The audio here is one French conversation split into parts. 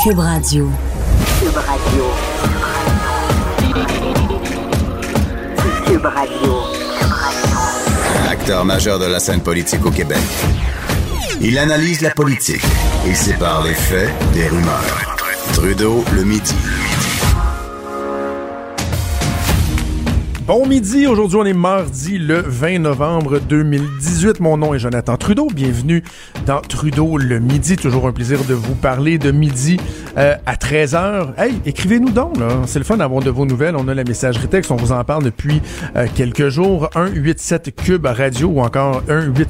Cube Radio. Cube Radio. Cube Radio. Acteur majeur de la scène politique au Québec. Il analyse la politique et sépare les faits des rumeurs. Trudeau le midi. Bon midi, aujourd'hui on est mardi le 20 novembre 2018. Mon nom est Jonathan Trudeau, bienvenue dans Trudeau le midi. Toujours un plaisir de vous parler de midi à 13h. Hey, écrivez-nous donc, là. C'est le fun d'avoir de vos nouvelles. On a la messagerie texte, on vous en parle depuis quelques jours. 187 Cube Radio ou encore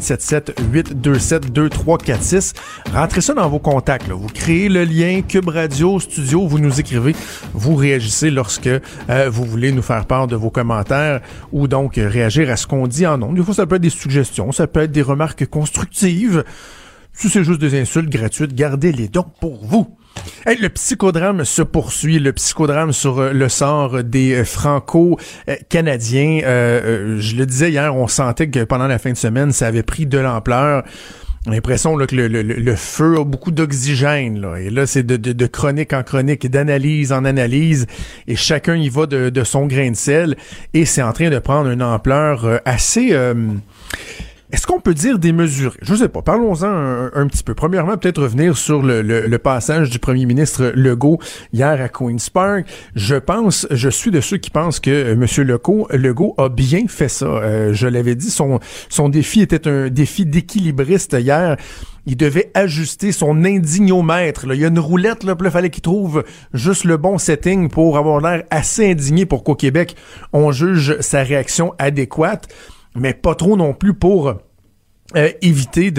1-877-827-2346. Rentrez ça dans vos contacts, là. Vous créez le lien Cube Radio Studio, vous nous écrivez, vous réagissez lorsque vous voulez nous faire part de vos commentaires ou donc réagir à ce qu'on dit en ondes. Des fois, ça peut être des suggestions, ça peut être des remarques constructives. Si c'est juste des insultes gratuites, gardez-les donc pour vous. Hey, le psychodrame se poursuit, le psychodrame sur le sort des Franco-Canadiens. Je le disais hier, on sentait que pendant la fin de semaine, ça avait pris de l'ampleur. L'impression là, que le feu a beaucoup d'oxygène. Là. Et là, c'est de chronique en chronique, d'analyse en analyse, et chacun y va de son grain de sel. Et c'est en train de prendre une ampleur assez... Est-ce qu'on peut dire démesuré? Je sais pas. Parlons-en un petit peu. Premièrement, peut-être revenir sur le passage du premier ministre Legault hier à Queen's Park. Je suis de ceux qui pensent que M. Legault a bien fait ça. Je l'avais dit, son défi était un défi d'équilibriste hier. Il devait ajuster son indignomètre. Là. Il y a une roulette, là, puis là, il fallait qu'il trouve juste le bon setting pour avoir l'air assez indigné pour qu'au Québec, on juge sa réaction adéquate. Mais pas trop non plus pour éviter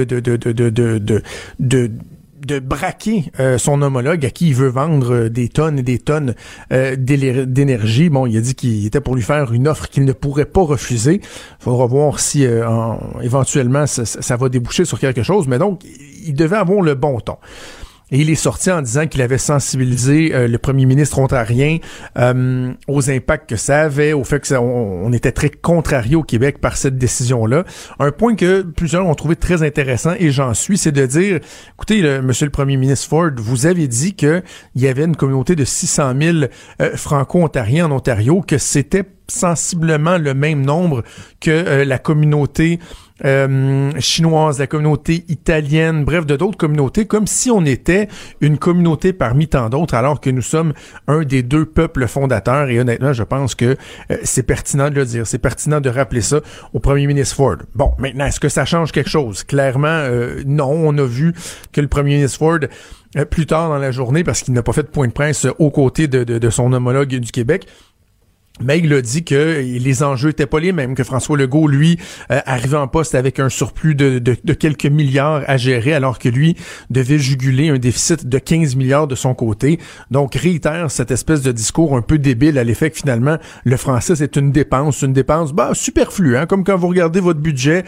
de braquer son homologue à qui il veut vendre des tonnes et des tonnes d'énergie. Bon, il a dit qu'il était pour lui faire une offre qu'il ne pourrait pas refuser. Il faudra voir si éventuellement ça va déboucher sur quelque chose. Mais donc, il devait avoir le bon ton. Et il est sorti en disant qu'il avait sensibilisé le premier ministre ontarien aux impacts que ça avait, au fait que on était très contrarié au Québec par cette décision-là. Un point que plusieurs ont trouvé très intéressant, et j'en suis, c'est de dire, écoutez, monsieur le premier ministre Ford, vous avez dit qu'il y avait une communauté de 600 000 Franco-Ontariens en Ontario, que c'était sensiblement le même nombre que la communauté chinoise, la communauté italienne, bref, de d'autres communautés, comme si on était une communauté parmi tant d'autres, alors que nous sommes un des deux peuples fondateurs. Et honnêtement, je pense que c'est pertinent de le dire, c'est pertinent de rappeler ça au premier ministre Ford. Bon, maintenant, est-ce que ça change quelque chose? Clairement, non. On a vu que le premier ministre Ford, plus tard dans la journée, parce qu'il n'a pas fait de point de presse aux côtés de son homologue du Québec, mais il a dit que les enjeux étaient pas les mêmes, que François Legault, lui, arrivait en poste avec un surplus de quelques milliards à gérer, alors que lui devait juguler un déficit de 15 milliards de son côté. Donc, réitère cette espèce de discours un peu débile à l'effet que finalement, le français, c'est une dépense superflue, hein, comme quand vous regardez votre budget,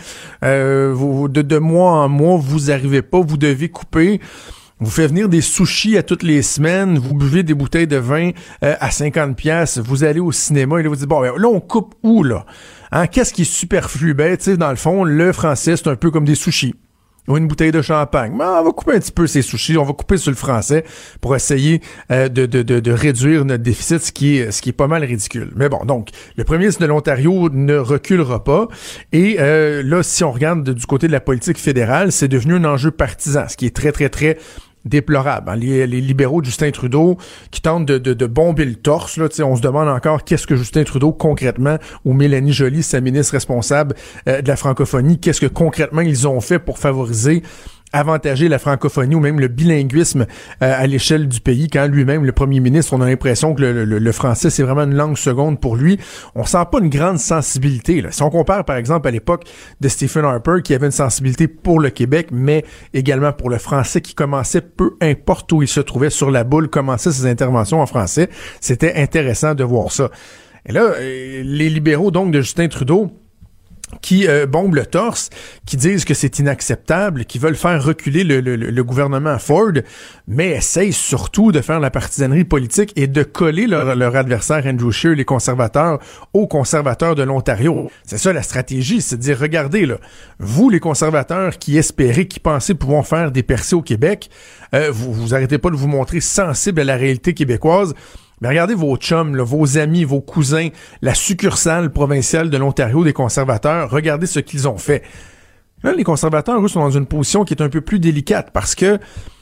de mois en mois, vous arrivez pas, vous devez couper. Vous faites venir des sushis à toutes les semaines, vous buvez des bouteilles de vin à 50$, vous allez au cinéma et là vous dites, bon, ben, là on coupe où, là? Hein, qu'est-ce qui est superflu? Ben, tu sais, dans le fond, le français, c'est un peu comme des sushis. Ou une bouteille de champagne. Mais on va couper un petit peu ces sushis, on va couper sur le français pour essayer de réduire notre déficit, ce qui est pas mal ridicule. Mais bon, donc, le premier ministre de l'Ontario ne reculera pas. Et là, si on regarde du côté de la politique fédérale, c'est devenu un enjeu partisan, ce qui est très, très, très déplorable. Hein. Les libéraux de Justin Trudeau qui tentent de bomber le torse, là, on se demande encore qu'est-ce que Justin Trudeau concrètement, ou Mélanie Joly, sa ministre responsable de la francophonie, qu'est-ce que concrètement ils ont fait pour favoriser, avantager la francophonie ou même le bilinguisme à l'échelle du pays, quand lui-même, le premier ministre, on a l'impression que le français, c'est vraiment une langue seconde pour lui. On sent pas une grande sensibilité. Là. Si on compare, par exemple, à l'époque de Stephen Harper, qui avait une sensibilité pour le Québec, mais également pour le français, qui commençait, peu importe où il se trouvait sur la boule, commençait ses interventions en français. C'était intéressant de voir ça. Et là, les libéraux, donc, de Justin Trudeau, qui bombent le torse, qui disent que c'est inacceptable, qui veulent faire reculer le gouvernement Ford, mais essayent surtout de faire la partisanerie politique et de coller leur adversaire Andrew Scheer, les conservateurs, aux conservateurs de l'Ontario. C'est ça la stratégie, c'est de dire, regardez, là, vous les conservateurs qui espérez, qui pensez pouvoir faire des percées au Québec, vous arrêtez pas de vous montrer sensible à la réalité québécoise. Mais regardez vos chums, là, vos amis, vos cousins, la succursale provinciale de l'Ontario des conservateurs, regardez ce qu'ils ont fait. Là, les conservateurs, eux, sont dans une position qui est un peu plus délicate parce que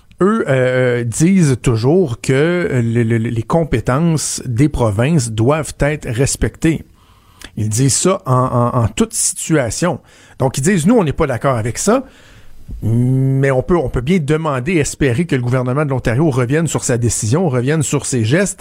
eux disent toujours que les compétences des provinces doivent être respectées. Ils disent ça en toute situation. Donc, ils disent, nous, on n'est pas d'accord avec ça, mais on peut bien demander, espérer que le gouvernement de l'Ontario revienne sur sa décision, revienne sur ses gestes,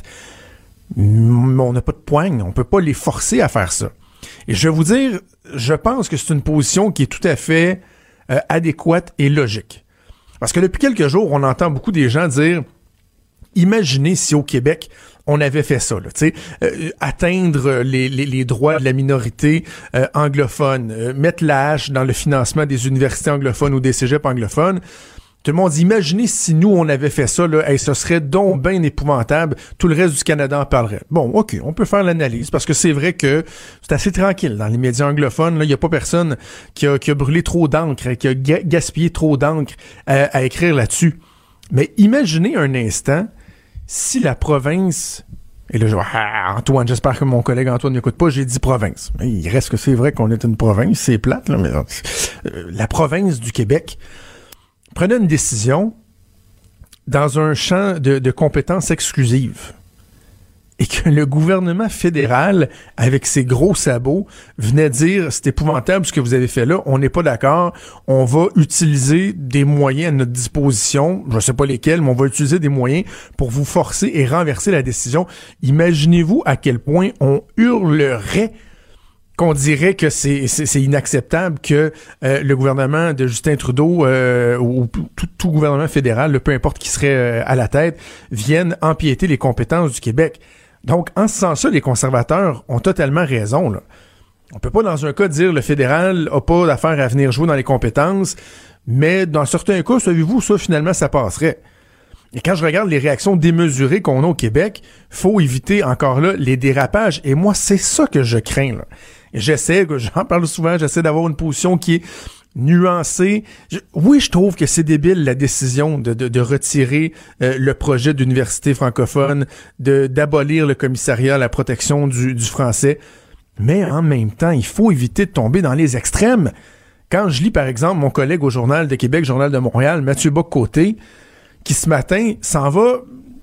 mais on n'a pas de poigne, on peut pas les forcer à faire ça. Et je vais vous dire, je pense que c'est une position qui est tout à fait adéquate et logique. Parce que depuis quelques jours, on entend beaucoup des gens dire, imaginez si au Québec, on avait fait ça, là, tu sais, atteindre les droits de la minorité anglophone, mettre la hache dans le financement des universités anglophones ou des cégeps anglophones. Tout le monde dit, imaginez si nous, on avait fait ça, là, hey, ce serait donc bien épouvantable, tout le reste du Canada en parlerait. Bon, OK, on peut faire l'analyse, parce que c'est vrai que c'est assez tranquille dans les médias anglophones, là, il n'y a pas personne qui a brûlé trop d'encre, qui a gaspillé trop d'encre à écrire là-dessus. Mais imaginez un instant si la province, et là, Antoine, j'espère que mon collègue Antoine n'écoute pas, j'ai dit province. Mais il reste que c'est vrai qu'on est une province, c'est plate, là, mais la province du Québec prenait une décision dans un champ de compétences exclusives. Et que le gouvernement fédéral, avec ses gros sabots, venait dire, c'est épouvantable ce que vous avez fait là, on n'est pas d'accord, on va utiliser des moyens à notre disposition, je ne sais pas lesquels, mais on va utiliser des moyens pour vous forcer et renverser la décision. Imaginez-vous à quel point on hurlerait qu'on dirait que c'est inacceptable que le gouvernement de Justin Trudeau ou tout gouvernement fédéral, peu importe qui serait à la tête, vienne empiéter les compétences du Québec. Donc, en ce sens-là, les conservateurs ont totalement raison, là. On peut pas, dans un cas, dire le fédéral a pas d'affaire à venir jouer dans les compétences, mais dans certains cas, savez-vous, ça, finalement, ça passerait. Et quand je regarde les réactions démesurées qu'on a au Québec, faut éviter encore là les dérapages. Et moi, c'est ça que je crains, là. J'en parle souvent, j'essaie d'avoir une position qui est nuancée. Oui, je trouve que c'est débile la décision de retirer le projet d'université francophone, d'abolir le commissariat à la protection du français. Mais en même temps, il faut éviter de tomber dans les extrêmes. Quand je lis, par exemple, mon collègue au Journal de Québec, Journal de Montréal, Mathieu Bock-Côté, qui ce matin s'en va...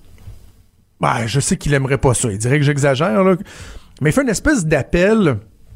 Ben, je sais qu'il aimerait pas ça. Il dirait que j'exagère, là. Mais il fait une espèce d'appel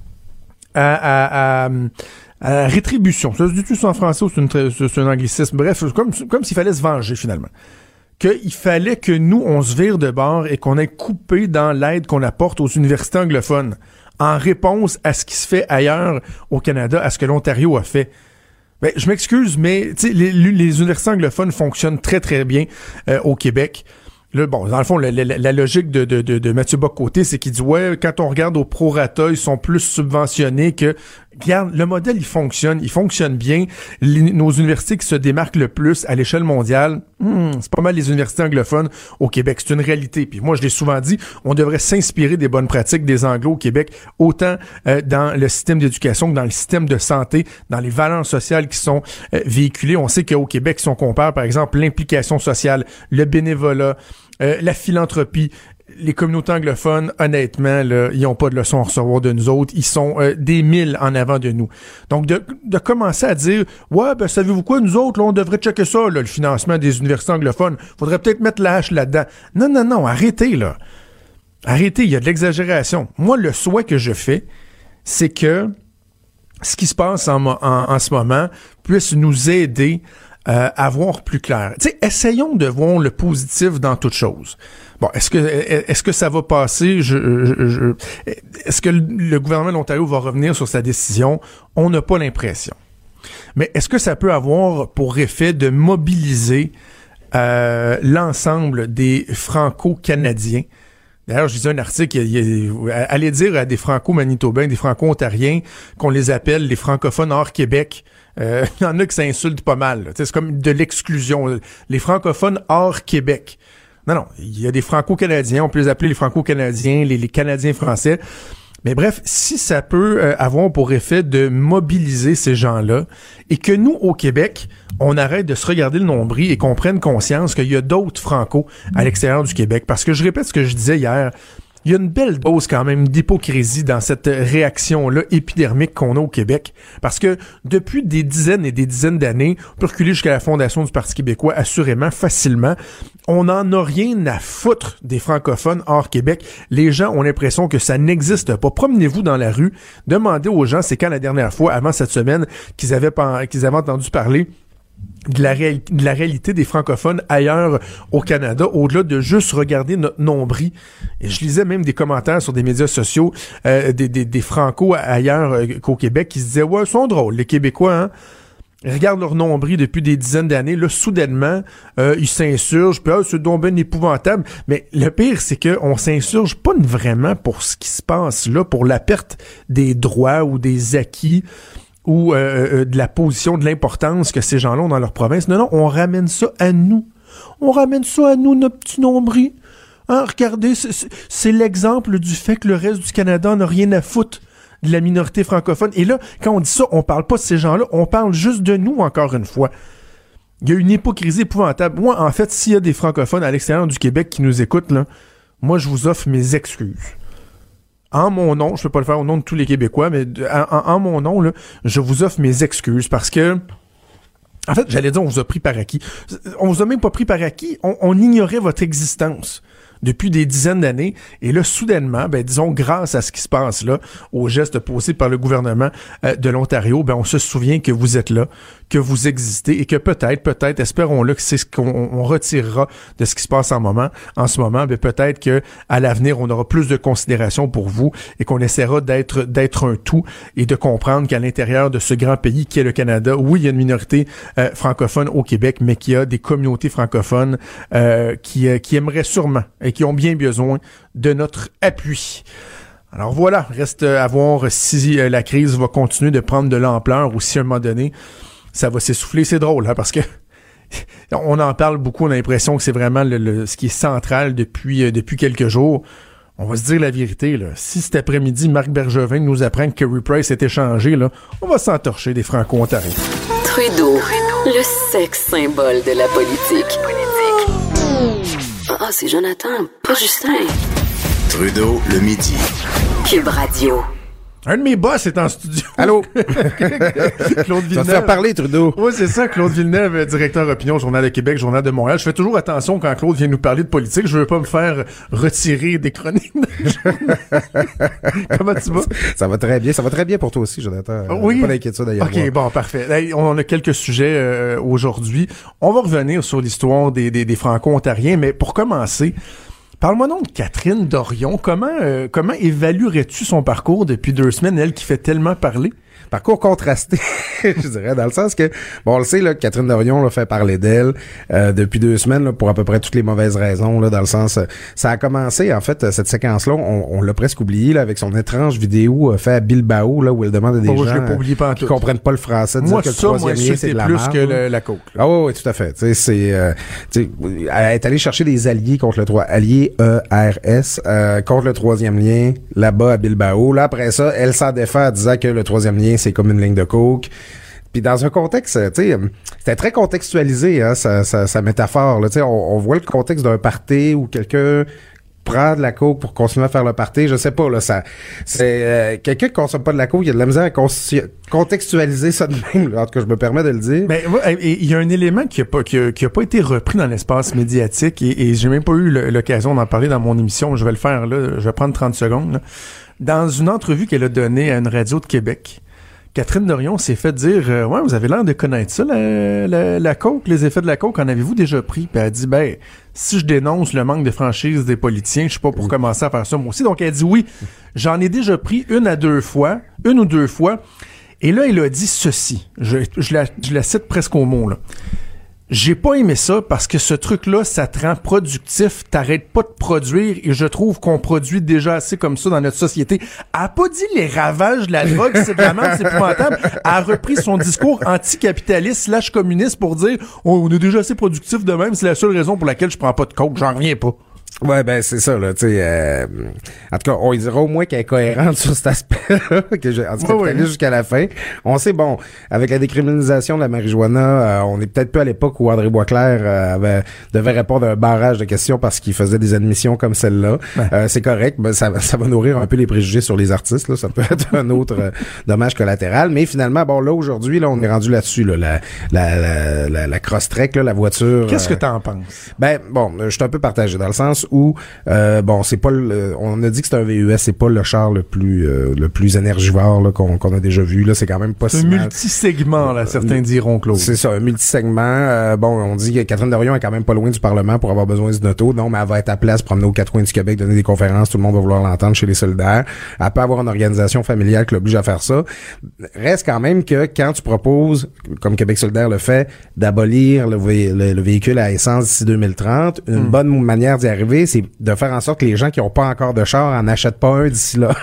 à rétribution. Ça se dit-tu en français ou c'est un anglicisme? Bref, comme s'il fallait se venger, finalement. Qu'il fallait que nous, on se vire de bord et qu'on ait coupé dans l'aide qu'on apporte aux universités anglophones en réponse à ce qui se fait ailleurs au Canada, à ce que l'Ontario a fait. Ben, je m'excuse, mais les universités anglophones fonctionnent très, très bien au Québec. Là, bon, dans le fond, la logique de Mathieu Bock-Côté, c'est qu'il dit, ouais, quand on regarde au prorata, ils sont plus subventionnés que... Regarde, le modèle, il fonctionne bien. Nos universités qui se démarquent le plus à l'échelle mondiale, c'est pas mal les universités anglophones au Québec. C'est une réalité. Puis moi, je l'ai souvent dit, on devrait s'inspirer des bonnes pratiques des Anglo au Québec, autant dans le système d'éducation que dans le système de santé, dans les valeurs sociales qui sont véhiculées. On sait qu'au Québec, si on compare, par exemple, l'implication sociale, le bénévolat, la philanthropie, les communautés anglophones, honnêtement, là, ils n'ont pas de leçons à recevoir de nous autres. Ils sont des milles en avant de nous. Donc, de commencer à dire, ouais, ben, savez-vous quoi, nous autres, là, on devrait checker ça, là, le financement des universités anglophones. Faudrait peut-être mettre la hache là-dedans. Non, arrêtez, là. Arrêtez, il y a de l'exagération. Moi, le souhait que je fais, c'est que ce qui se passe en ce moment puisse nous aider à voir plus clair. Tu sais, essayons de voir le positif dans toute chose. Bon, est-ce que ça va passer? Est-ce que le gouvernement de l'Ontario va revenir sur sa décision? On n'a pas l'impression. Mais est-ce que ça peut avoir pour effet de mobiliser l'ensemble des Franco-Canadiens D'ailleurs, je lisais un article, allez dire à des franco-manitobains, des franco-ontariens, qu'on les appelle les francophones hors Québec. Il y en a qui s'insultent pas mal. C'est comme de l'exclusion. Les francophones hors Québec. Non, il y a des franco-canadiens, on peut les appeler les franco-canadiens, les Canadiens français. Mais bref, si ça peut avoir pour effet de mobiliser ces gens-là et que nous, au Québec, on arrête de se regarder le nombril et qu'on prenne conscience qu'il y a d'autres franco à l'extérieur du Québec. Parce que je répète ce que je disais hier, il y a une belle dose quand même d'hypocrisie dans cette réaction-là épidermique qu'on a au Québec. Parce que depuis des dizaines et des dizaines d'années, on peut reculer jusqu'à la fondation du Parti québécois, assurément, facilement, on n'en a rien à foutre des francophones hors Québec. Les gens ont l'impression que ça n'existe pas. Promenez-vous dans la rue, demandez aux gens c'est quand la dernière fois, avant cette semaine, qu'ils avaient entendu parler de la réalité des francophones ailleurs au Canada, au-delà de juste regarder notre nombril. Et je lisais même des commentaires sur des médias sociaux des francos ailleurs qu'au Québec qui se disaient « Ouais, ils sont drôles, les Québécois, hein? » Ils regardent leur nombril depuis des dizaines d'années. Là, soudainement, ils s'insurgent. Puis, c'est donc ben épouvantable. Mais le pire, c'est qu'on s'insurge pas vraiment pour ce qui se passe là, pour la perte des droits ou des acquis ou de la position, de l'importance que ces gens-là ont dans leur province. Non, on ramène ça à nous. On ramène ça à nous, notre petit nombril. Hein, regardez, c'est l'exemple du fait que le reste du Canada n'a rien à foutre de la minorité francophone. Et là, quand on dit ça, on parle pas de ces gens-là, on parle juste de nous, encore une fois. Il y a une hypocrisie épouvantable. Moi, en fait, s'il y a des francophones à l'extérieur du Québec qui nous écoutent, là, moi, je vous offre mes excuses. En mon nom, je peux pas le faire au nom de tous les Québécois, mais en mon nom, là, je vous offre mes excuses parce que, en fait, j'allais dire, on vous a pris par acquis. On vous a même pas pris par acquis, on ignorait votre existence depuis des dizaines d'années. Et là, soudainement, disons, grâce à ce qui se passe là, aux gestes posés par le gouvernement de l'Ontario, on se souvient que vous êtes là, que vous existez et que peut-être, espérons-le que c'est ce qu'on retirera de ce qui se passe en ce moment, peut-être que à l'avenir, on aura plus de considération pour vous et qu'on essaiera d'être un tout et de comprendre qu'à l'intérieur de ce grand pays qui est le Canada, oui, il y a une minorité francophone au Québec, mais qu'il y a des communautés francophones qui aimeraient sûrement et qui ont bien besoin de notre appui. Alors voilà, reste à voir si la crise va continuer de prendre de l'ampleur ou si à un moment donné, ça va s'essouffler. C'est drôle, hein, parce que on en parle beaucoup, on a l'impression que c'est vraiment ce qui est central depuis quelques jours. On va se dire la vérité, là. Si cet après-midi, Marc Bergevin nous apprend que Carey Price est échangé, là, on va s'entorcher des Franco-Ontariens. Trudeau, le sexe symbole de la politique. Ah, c'est Jonathan, pas Justin. Trudeau, le midi. Cube Radio. Un de mes boss est en studio. Allô? Claude Villeneuve. Tu vas te faire parler, Trudeau. Oui, c'est ça. Claude Villeneuve, directeur opinion, Journal de Québec, Journal de Montréal. Je fais toujours attention quand Claude vient nous parler de politique. Je veux pas me faire retirer des chroniques. Comment tu vas? Ça va très bien. Ça va très bien pour toi aussi, Jonathan. Oui. Pas d'inquiétude d'ailleurs. OK, bon, parfait. Hey, on a quelques sujets aujourd'hui. On va revenir sur l'histoire des Franco-Ontariens, mais pour commencer, parle-moi donc de Catherine Dorion. Comment évaluerais-tu son parcours depuis 2 semaines, elle qui fait tellement parler? Parcours contrasté, je dirais, dans le sens que, bon, on le sait, là, Catherine Dorion là, fait parler d'elle depuis 2 semaines là, pour à peu près toutes les mauvaises raisons, là, dans le sens... ça a commencé, en fait, cette séquence-là, on l'a presque oublié, là, avec son étrange vidéo faite à Bilbao, là, où elle demande à des gens qui comprennent pas le français de dire que le troisième lien, c'est de la merde. Plus que la coke. Ah oui, tout à fait. Tu sais, elle est allée chercher des alliés contre le alliés ERS contre le troisième lien, là-bas à Bilbao. Là, après ça, elle s'en défait en disant que le troisième lien, c'est comme une ligne de coke. Puis dans un contexte, tu sais, c'était très contextualisé, hein, sa métaphore. Tu sais, on voit le contexte d'un party où quelqu'un prend de la coke pour continuer à faire le party. Je sais pas, là, c'est quelqu'un qui consomme pas de la coke, il y a de la misère à contextualiser ça de même. Là. En tout cas, je me permets de le dire. Mais il y a un élément qui a pas été repris dans l'espace médiatique et j'ai même pas eu l'occasion d'en parler dans mon émission. Je vais le faire là. Je vais prendre 30 secondes. Là. Dans une entrevue qu'elle a donnée à une radio de Québec, Catherine Dorion s'est fait dire « Ouais, vous avez l'air de connaître ça, la coke, les effets de la coke, en avez-vous déjà pris? » Puis elle a dit « si je dénonce le manque de franchise des politiciens, je suis pas pour commencer à faire ça moi aussi. » Donc elle dit « Oui, j'en ai déjà pris 1 ou 2 fois. » Et là, elle a dit ceci. Je la cite presque au mot, là. J'ai pas aimé ça parce que ce truc-là, ça te rend productif, t'arrêtes pas de produire et je trouve qu'on produit déjà assez comme ça dans notre société. Elle a pas dit les ravages de la drogue, c'est de la merde, c'est épouvantable. Elle a repris son discours anticapitaliste / communiste pour dire on est déjà assez productif de même, c'est la seule raison pour laquelle je prends pas de coke, j'en reviens pas. Ouais, ben c'est ça, là, tu sais. En tout cas, on dira au moins qu'elle est cohérente sur cet aspect-là, que j'ai anticapitaliste jusqu'à la fin. On sait, bon, avec la décriminalisation de la marijuana, on est peut-être plus à l'époque où André Boisclair devait répondre à un barrage de questions parce qu'il faisait des admissions comme celle-là. Ouais. C'est correct, ben, ça va nourrir un peu les préjugés sur les artistes, là. Ça peut être un autre dommage collatéral. Mais finalement, bon, là, aujourd'hui, là, on est rendu là-dessus, là, la cross-trek, là, la voiture. Qu'est-ce que t'en penses? Ben, bon, je suis un peu partagé dans le sens où bon, c'est pas on a dit que c'est un VUS, c'est pas le char le plus énergivore là, qu'on a déjà vu là, c'est quand même pas si mal. Un multisegment là, certains diront, Claude. C'est ça, un multisegment. Bon, on dit que Catherine Dorion est quand même pas loin du Parlement pour avoir besoin d'une auto. Non, mais elle va être à place, promener aux quatre coins du Québec, donner des conférences, tout le monde va vouloir l'entendre chez les solidaires. Elle peut avoir une organisation familiale qui l'oblige à faire ça. Reste quand même que quand tu proposes, comme Québec solidaire le fait, d'abolir le véhicule à essence d'ici 2030, une bonne manière d'y arriver, c'est de faire en sorte que les gens qui ont pas encore de char en achètent pas un d'ici là.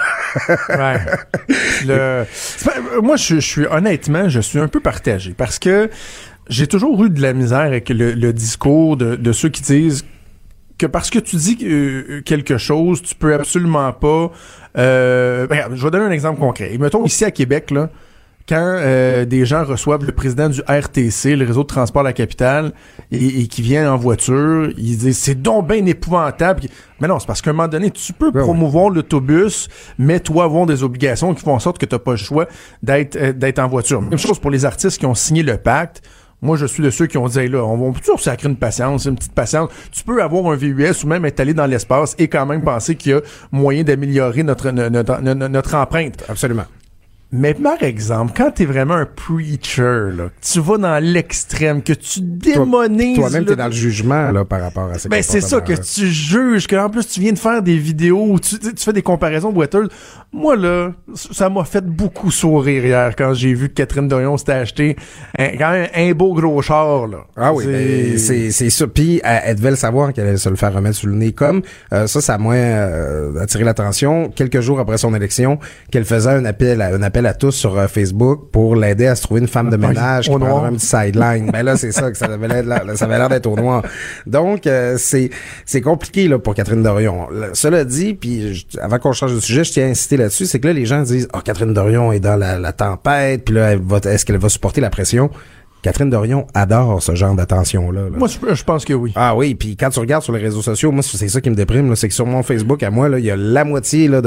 Ouais. Moi, je suis honnêtement, je suis un peu partagé parce que j'ai toujours eu de la misère avec le discours de ceux qui disent que parce que tu dis quelque chose, tu peux absolument pas. Regarde, je vais donner un exemple concret. Mettons ici à Québec là. Quand des gens reçoivent le président du RTC, le réseau de transport de la capitale, et qui vient en voiture, ils disent c'est donc bien épouvantable. Mais non, c'est parce qu'à un moment donné, tu peux promouvoir l'autobus, mais toi avoir des obligations qui font en sorte que t'as pas le choix d'être en voiture. Même chose pour les artistes qui ont signé le pacte. Moi, je suis de ceux qui ont dit, hey, là, on va toujours sacrer une petite patience. Tu peux avoir un VUS ou même être allé dans l'espace et quand même penser qu'il y a moyen d'améliorer notre empreinte. Absolument. Mais par exemple, quand t'es vraiment un preacher, là, tu vas dans l'extrême, que tu démonises... Toi-même, t'es dans le jugement là par rapport à ces comportements. C'est ça, que tu juges, que en plus tu viens de faire des vidéos où tu fais des comparaisons boiteuses. Moi, là, ça m'a fait beaucoup sourire hier quand j'ai vu que Catherine Dorion s'était acheté quand même un beau gros char, là. Ah oui, c'est ça. Puis elle devait le savoir qu'elle allait se le faire remettre sous le nez. Comme ça m'a attiré l'attention quelques jours après son élection, qu'elle faisait un appel à tous sur Facebook pour l'aider à se trouver une femme de ménage qui prendrait un petit sideline. Ben là, c'est ça que ça avait l'air d'être au noir. Donc c'est compliqué là pour Catherine Dorion. Cela dit, puis avant qu'on change de sujet, je tiens à insister là-dessus, c'est que là les gens disent Catherine Dorion est dans la tempête, puis là est-ce qu'elle va supporter la pression? Catherine Dorion adore ce genre d'attention-là. Là. Moi, je pense que oui. Ah oui, puis quand tu regardes sur les réseaux sociaux, moi, c'est ça qui me déprime, là, c'est que sur mon Facebook, à moi, là, il y a la moitié là,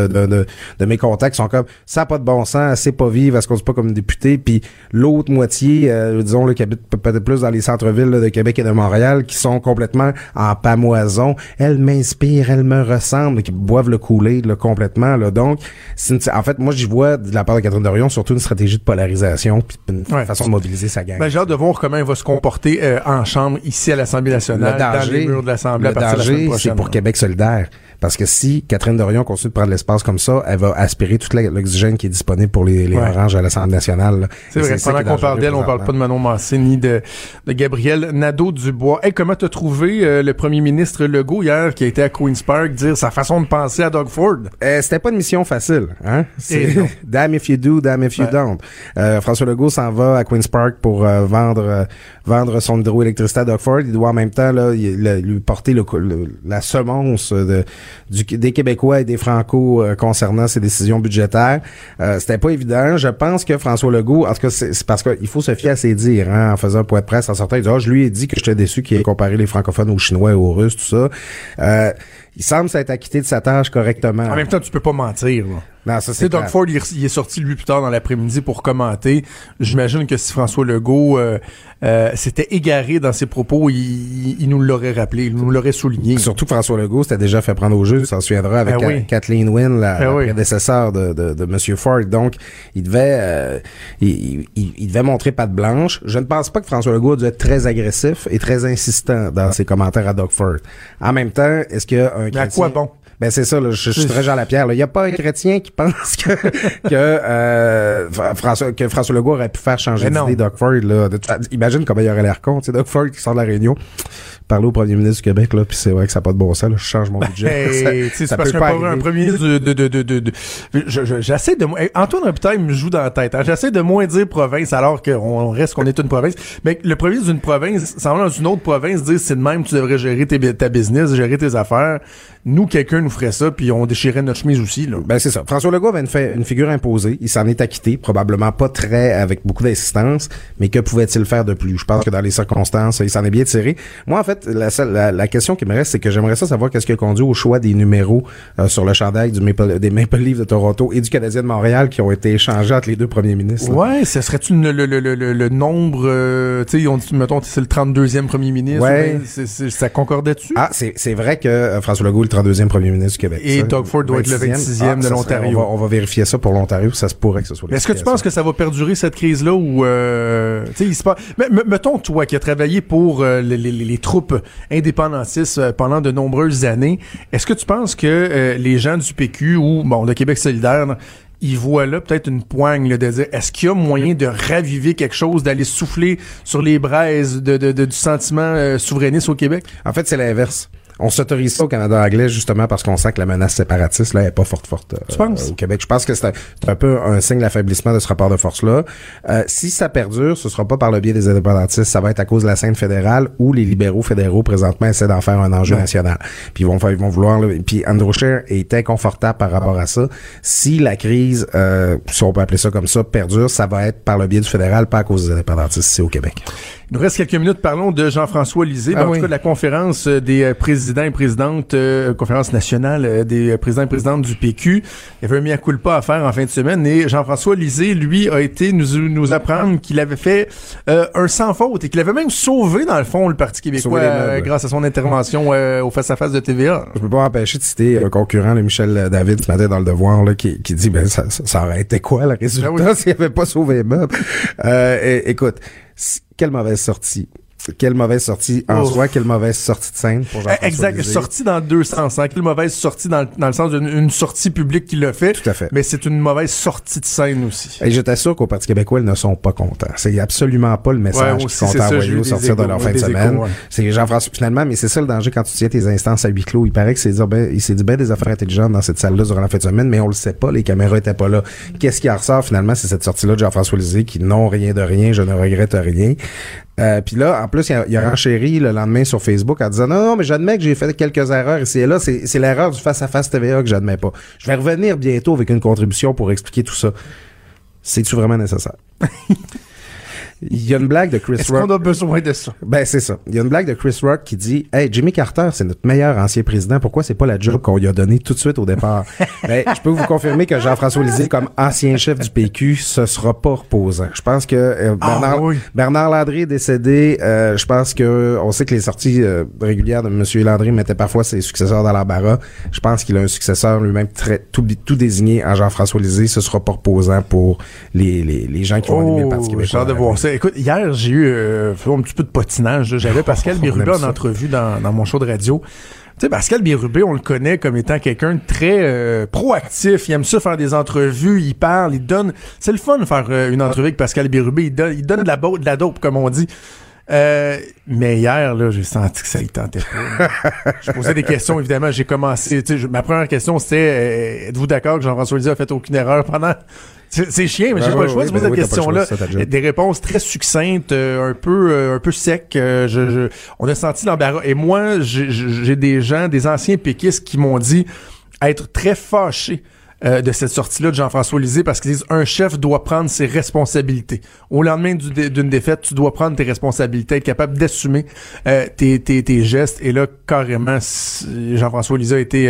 de mes contacts qui sont comme « ça n'a pas de bon sens, c'est pas vivre, elle se conduit pas comme une députée », puis l'autre moitié, disons, là, qui habite peut-être plus dans les centres-villes là, de Québec et de Montréal, qui sont complètement en pamoison. Elle m'inspire, elle me ressemble, qui boivent le Kool-Aid là, complètement. Là. Donc, en fait, moi, j'y vois de la part de Catherine Dorion surtout une stratégie de polarisation, puis une façon de mobiliser sa gang. Ben, j'ai hâte de voir comment elle va se comporter en chambre ici à l'Assemblée nationale, dans les murs de l'Assemblée à partir de la semaine prochaine. C'est pour Québec solidaire. Parce que si Catherine Dorion continue de prendre l'espace comme ça, elle va aspirer toute l'oxygène qui est disponible pour les oranges à l'Assemblée nationale. Là. C'est vrai, pendant qu'on parle d'elle, on parle pas de Manon Massé ni de Gabriel Nadeau-Dubois. Hey, comment t'as trouvé le premier ministre Legault hier qui a été à Queen's Park dire sa façon de penser à Doug Ford? C'était pas une mission facile, hein? C'est damn if you do, damn if you don't. François Legault s'en va à Queen's Park pour vendre son hydroélectricité à Doug Ford. Il doit en même temps lui porter la semonce des Québécois et des Franco concernant ces décisions budgétaires. C'était pas évident. Je pense que François Legault, en tout cas, c'est parce qu'il faut se fier à ses dires, hein, en faisant un point de presse, en sortant, il dit, je lui ai dit que j'étais déçu qu'il ait comparé les francophones aux Chinois et aux Russes, tout ça. Il semble s'être acquitté de sa tâche correctement. En même temps, tu peux pas mentir, là. Non, ça c'est Doug Ford, il est sorti lui plus tard dans l'après-midi pour commenter. J'imagine que si François Legault s'était égaré dans ses propos, il nous l'aurait rappelé, il nous l'aurait souligné. Surtout que François Legault s'était déjà fait prendre au jeu, ça s'en souviendra, avec Kathleen Wynne, la prédécesseur de Monsieur Ford. Donc, il devait montrer patte blanche. Je ne pense pas que François Legault a dû être très agressif et très insistant dans ses commentaires à Doug Ford. En même temps, est-ce que Mais à quoi bon? Ben c'est ça, là, je suis très Jean Lapierre. Il n'y a pas un chrétien qui pense que François Legault aurait pu faire changer d'idée Doug Ford. Là. Imagine comment il aurait l'air con. Doug Ford qui sort de la Réunion, parler au premier ministre du Québec, là, puis c'est vrai que ça n'a pas de bon sens. Là, je change mon budget. C'est parce qu'un premier ministre j'essaie de... Antoine Robitaille me joue dans la tête. Hein. J'essaie de moins dire province alors qu'on reste qu'on est une province. Mais le premier ministre d'une province, s'en va dans une autre province, dire c'est de même, tu devrais gérer ta business, gérer tes affaires. Nous, quelqu'un nous ferait ça, puis on déchirait notre chemise aussi. Là. Ben c'est ça. François Legault avait une figure imposée. Il s'en est acquitté, probablement pas très avec beaucoup d'insistance, mais que pouvait-il faire de plus? Je pense que dans les circonstances, il s'en est bien tiré. Moi, en fait, la question qui me reste, c'est que j'aimerais savoir qu'est-ce qui a conduit au choix des numéros sur le chandail des Maple Leafs de Toronto et du Canadien de Montréal qui ont été échangés entre les deux premiers ministres. Là. Ouais, ce serait-tu le nombre, tu sais, on dit, mettons, c'est le 32e premier ministre. Ouais. Ça concordait-tu? Ah, c'est vrai que François Legault est le 32e premier ministre du Québec. Et Doug Ford doit être le 26e de l'Ontario. On va vérifier ça pour l'Ontario, ça se pourrait que ce soit. Est-ce que tu penses que ça va perdurer cette crise-là ou tu sais, il se passe. Mettons toi qui as travaillé pour les troupes indépendantistes pendant de nombreuses années, est-ce que tu penses que les gens du PQ ou le Québec solidaire ils voient là peut-être une poigne là, de dire est-ce qu'il y a moyen de raviver quelque chose, d'aller souffler sur les braises du sentiment souverainiste au Québec? En fait, c'est l'inverse. On s'autorise ça au Canada anglais justement parce qu'on sent que la menace séparatiste là est pas forte tu penses? Au Québec. Je pense que c'est un peu un signe d'affaiblissement de ce rapport de force là. Si ça perdure, ce sera pas par le biais des indépendantistes, ça va être à cause de la scène fédérale où les libéraux fédéraux présentement essaient d'en faire un enjeu national. Puis ils vont vouloir puis Andrew Scheer est inconfortable par rapport à ça. Si la crise si on peut appeler ça comme ça perdure, ça va être par le biais du fédéral, pas à cause des indépendantistes ici au Québec. Il nous reste quelques minutes. Parlons de Jean-François Lisée. En tout cas, de la conférence des présidents et présidentes, conférence nationale des présidents et présidentes du PQ. Il y avait un mea culpa à faire en fin de semaine et Jean-François Lisée, lui, a été nous apprendre qu'il avait fait un sans faute et qu'il avait même sauvé, dans le fond, le Parti québécois grâce à son intervention au face-à-face de TVA. Je peux pas empêcher de citer un concurrent, le Michel David, ce matin dans Le Devoir, là, qui dit, ça aurait été quoi le résultat s'il avait pas sauvé les meubles? Écoute, quelle mauvaise sortie. Quelle mauvaise sortie en soi, quelle mauvaise sortie de scène pour Jean-François Exact, Lisée. Sortie dans deux sens. Hein. Quelle mauvaise sortie dans le sens d'une sortie publique qui l'a fait. Tout à fait. Mais c'est une mauvaise sortie de scène aussi. Et je t'assure qu'au Parti québécois, ils ne sont pas contents. C'est absolument pas le message qu'ils comptent envoyer au sortir de leur fin de semaine. C'est Jean-François, finalement, mais c'est ça le danger quand tu tiens tes instances à huis clos. Il paraît que il s'est dit des affaires intelligentes dans cette salle-là durant la fin de semaine, mais on le sait pas, les caméras étaient pas là. Qu'est-ce qui en ressort finalement? C'est cette sortie-là de Jean-François Lisée qui non rien de rien, je ne regrette rien. Puis là, en plus, il a renchéri le lendemain sur Facebook en disant non, mais j'admets que j'ai fait quelques erreurs ici et là. C'est l'erreur du face-à-face TVA que j'admets pas. Je vais revenir bientôt avec une contribution pour expliquer tout ça. C'est-tu vraiment nécessaire? Il y a une blague de Chris Rock. Est-ce qu'on a besoin de ça? Ben, c'est ça. Il y a une blague de Chris Rock qui dit, hey, Jimmy Carter, c'est notre meilleur ancien président. Pourquoi c'est pas la job qu'on lui a donnée tout de suite au départ? Ben, je peux vous confirmer que Jean-François Lisée, comme ancien chef du PQ, ce sera pas reposant. Je pense que Bernard Landry est décédé. Je pense que on sait que les sorties régulières de M. Landry mettaient parfois ses successeurs dans l'embarras. Je pense qu'il a un successeur lui-même tout désigné en Jean-François Lisée. Ce sera pas reposant pour les gens qui vont animer le Parti québécois. J'ai hâte de voir ça. Écoute, hier, j'ai eu un petit peu de potinage. J'avais Pascal Bérubé en entrevue dans mon show de radio. Tu sais, Pascal Bérubé, on le connaît comme étant quelqu'un de très proactif. Il aime ça faire des entrevues, il parle, il donne... C'est le fun de faire une entrevue avec Pascal Bérubé. Il donne de la dope, comme on dit. Mais hier, là, j'ai senti que ça y tentait pas. Je posais des questions, évidemment. J'ai commencé... ma première question, c'était êtes-vous d'accord que Jean-François Lisée a fait aucune erreur pendant... C'est chiant, mais j'ai pas le choix de poser cette question-là. Des réponses très succinctes, un peu secs. On a senti l'embarras. Et moi, j'ai des anciens péquistes qui m'ont dit être très fâchés de cette sortie-là de Jean-François Lisée parce qu'ils disent un chef doit prendre ses responsabilités. Au lendemain d'une défaite, tu dois prendre tes responsabilités, être capable d'assumer tes gestes. Et là, carrément, Jean-François Lisée a été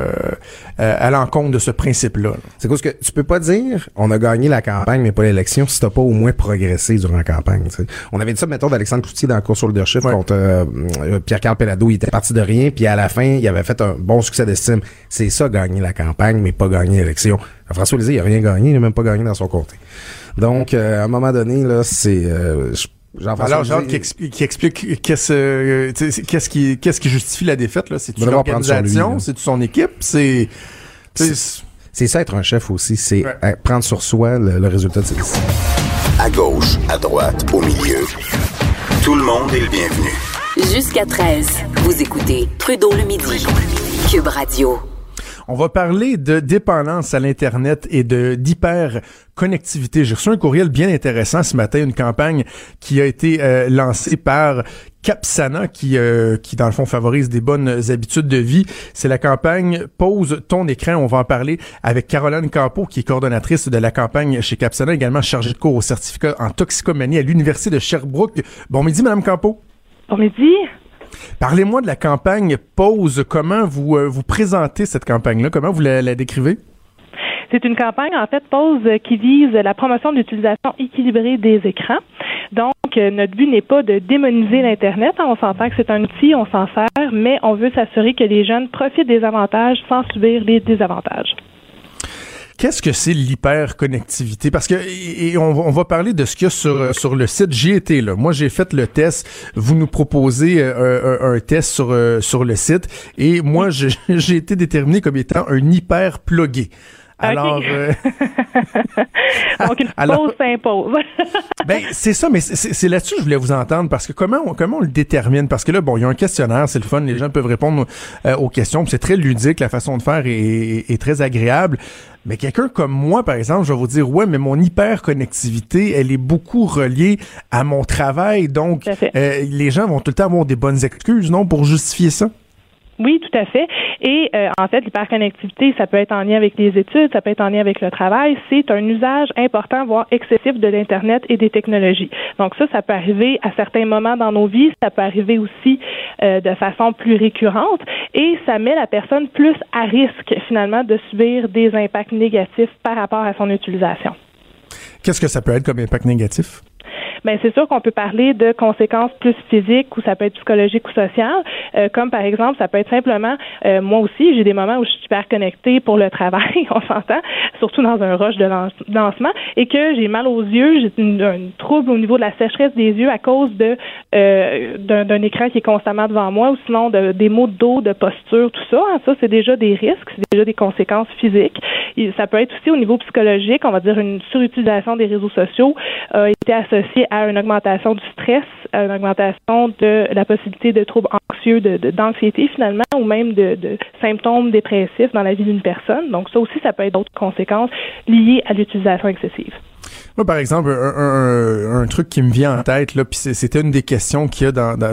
à l'encontre de ce principe-là. C'est parce que tu peux pas dire on a gagné la campagne mais pas l'élection si t'as pas au moins progressé durant la campagne. T'sais. On avait dit ça, mettons, d'Alexandre Cloutier dans la course au leadership contre Pierre-Carl Péladeau. Il était parti de rien, puis à la fin, il avait fait un bon succès d'estime. C'est ça, gagner la campagne, mais pas gagner l'élection. François Lisée, il a rien gagné, il n'a même pas gagné dans son comté. Donc, à un moment donné, là, Jean-François Alors, Lisée, qui explique qu'est-ce qui justifie la défaite, là? C'est-tu l'organisation? C'est-tu son équipe? C'est ça être un chef aussi, c'est prendre sur soi le résultat de ses décisions. À gauche, à droite, au milieu. Tout le monde est le bienvenu. Jusqu'à 13, vous écoutez Trudeau le midi. Cube Radio. On va parler de dépendance à l'Internet et d'hyperconnectivité. J'ai reçu un courriel bien intéressant ce matin, une campagne qui a été lancée par Capsana qui dans le fond favorise des bonnes habitudes de vie. C'est la campagne Pose ton écran. On va en parler avec Caroline Campeau qui est coordonnatrice de la campagne chez Capsana, également chargée de cours au certificat en toxicomanie à l'Université de Sherbrooke. Bon midi, Madame Campeau. Bon midi. Parlez-moi de la campagne Pause. Comment vous présentez cette campagne-là? Comment vous la décrivez? C'est une campagne, en fait, Pause, qui vise la promotion de l'utilisation équilibrée des écrans. Donc, notre but n'est pas de démoniser l'Internet. On s'entend que c'est un outil, on s'en sert, mais on veut s'assurer que les jeunes profitent des avantages sans subir les désavantages. Qu'est-ce que c'est l'hyperconnectivité? Parce que on va parler de ce qu'il y a sur le site. J'y étais là. Moi, j'ai fait le test. Vous nous proposez un test sur le site. Et moi, j'ai été déterminé comme étant un hyper plugué. Alors, donc une pause s'impose. Ben c'est ça, mais c'est là-dessus que je voulais vous entendre parce que comment on le détermine? Parce que là, bon, il y a un questionnaire, c'est le fun, les gens peuvent répondre aux questions, puis c'est très ludique, la façon de faire est très agréable. Mais quelqu'un comme moi, par exemple, je vais vous dire, ouais, mais mon hyperconnectivité, elle est beaucoup reliée à mon travail, donc les gens vont tout le temps avoir des bonnes excuses, non, pour justifier ça? Oui, tout à fait. Et en fait, l'hyperconnectivité, ça peut être en lien avec les études, ça peut être en lien avec le travail. C'est un usage important, voire excessif de l'Internet et des technologies. Donc ça peut arriver à certains moments dans nos vies. Ça peut arriver aussi de façon plus récurrente. Et ça met la personne plus à risque, finalement, de subir des impacts négatifs par rapport à son utilisation. Qu'est-ce que ça peut être comme impact négatif? Bien, c'est sûr qu'on peut parler de conséquences plus physiques ou ça peut être psychologique ou sociales, comme par exemple, ça peut être simplement, moi aussi, j'ai des moments où je suis super connectée pour le travail, on s'entend, surtout dans un rush de lancement, et que j'ai mal aux yeux, j'ai un trouble au niveau de la sécheresse des yeux à cause d'un écran qui est constamment devant moi ou sinon des maux de dos, de posture, tout ça. Hein, ça, c'est déjà des risques, c'est déjà des conséquences physiques. Et ça peut être aussi au niveau psychologique, on va dire une surutilisation des réseaux sociaux a été associée à une augmentation du stress, à une augmentation de la possibilité de troubles anxieux, d'anxiété finalement, ou même de symptômes dépressifs dans la vie d'une personne. Donc ça aussi, ça peut être d'autres conséquences liées à l'utilisation excessive. Moi, par exemple, un truc qui me vient en tête, là, puis c'était une des questions qu'il y a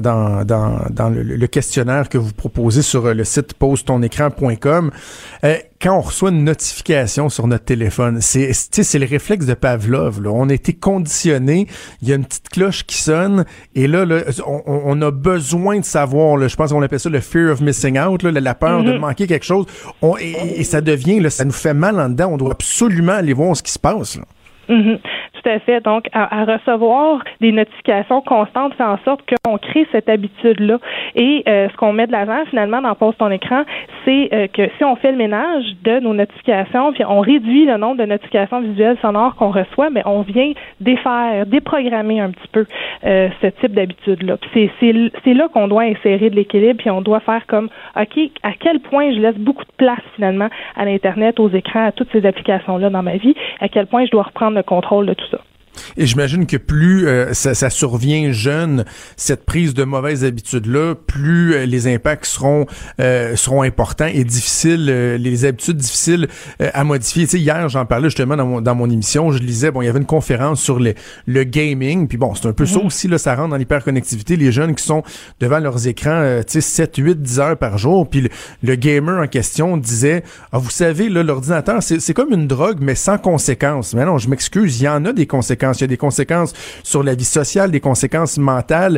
dans le questionnaire que vous proposez sur le site posetonécran.com. Quand on reçoit une notification sur notre téléphone, c'est le réflexe de Pavlov, là. On a été conditionné, il y a une petite cloche qui sonne, et là on a besoin de savoir, là, je pense qu'on appelle ça le fear of missing out, là, la peur de manquer quelque chose. Et ça devient, là, ça nous fait mal en dedans. On doit absolument aller voir ce qui se passe, là. Mm-hmm. Tout à fait. Donc, à recevoir des notifications constantes fait en sorte qu'on crée cette habitude-là. Et ce qu'on met de l'avant, finalement, dans Pose ton écran, c'est que si on fait le ménage de nos notifications, puis on réduit le nombre de notifications visuelles sonores qu'on reçoit, mais on vient déprogrammer un petit peu ce type d'habitude-là. Puis c'est là qu'on doit insérer de l'équilibre, puis on doit faire comme, OK, à quel point je laisse beaucoup de place, finalement, à l'Internet, aux écrans, à toutes ces applications-là dans ma vie, à quel point je dois reprendre le contrôle de tout ça. Et j'imagine que plus ça survient jeune, cette prise de mauvaises habitudes-là, plus les impacts seront importants et difficiles, les habitudes difficiles à modifier. Tu sais, hier, j'en parlais justement dans mon émission, je lisais, bon, il y avait une conférence sur le gaming, puis bon, c'est un peu ça aussi, là, ça rentre dans l'hyperconnectivité, les jeunes qui sont devant leurs écrans, tu sais, 7, 8, 10 heures par jour, puis le gamer en question disait, vous savez, là, l'ordinateur, c'est comme une drogue, mais sans conséquences. Mais non, je m'excuse, il y en a des conséquences. Il y a des conséquences sur la vie sociale, des conséquences mentales.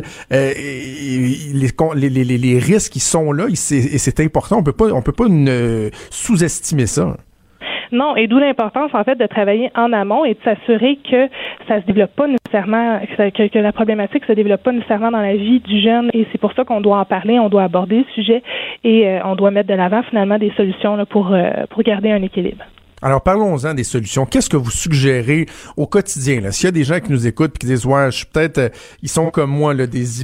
Les risques qui sont là, et c'est important. On peut pas sous-estimer ça. Non, et d'où l'importance, en fait, de travailler en amont et de s'assurer que ça se développe pas nécessairement, que la problématique se développe pas nécessairement dans la vie du jeune. Et c'est pour ça qu'on doit en parler, on doit aborder le sujet et on doit mettre de l'avant, finalement, des solutions là, pour garder un équilibre. Alors, parlons-en des solutions. Qu'est-ce que vous suggérez au quotidien, là? S'il y a des gens qui nous écoutent et qui disent, ouais, je suis peut-être, ils sont comme moi, là, des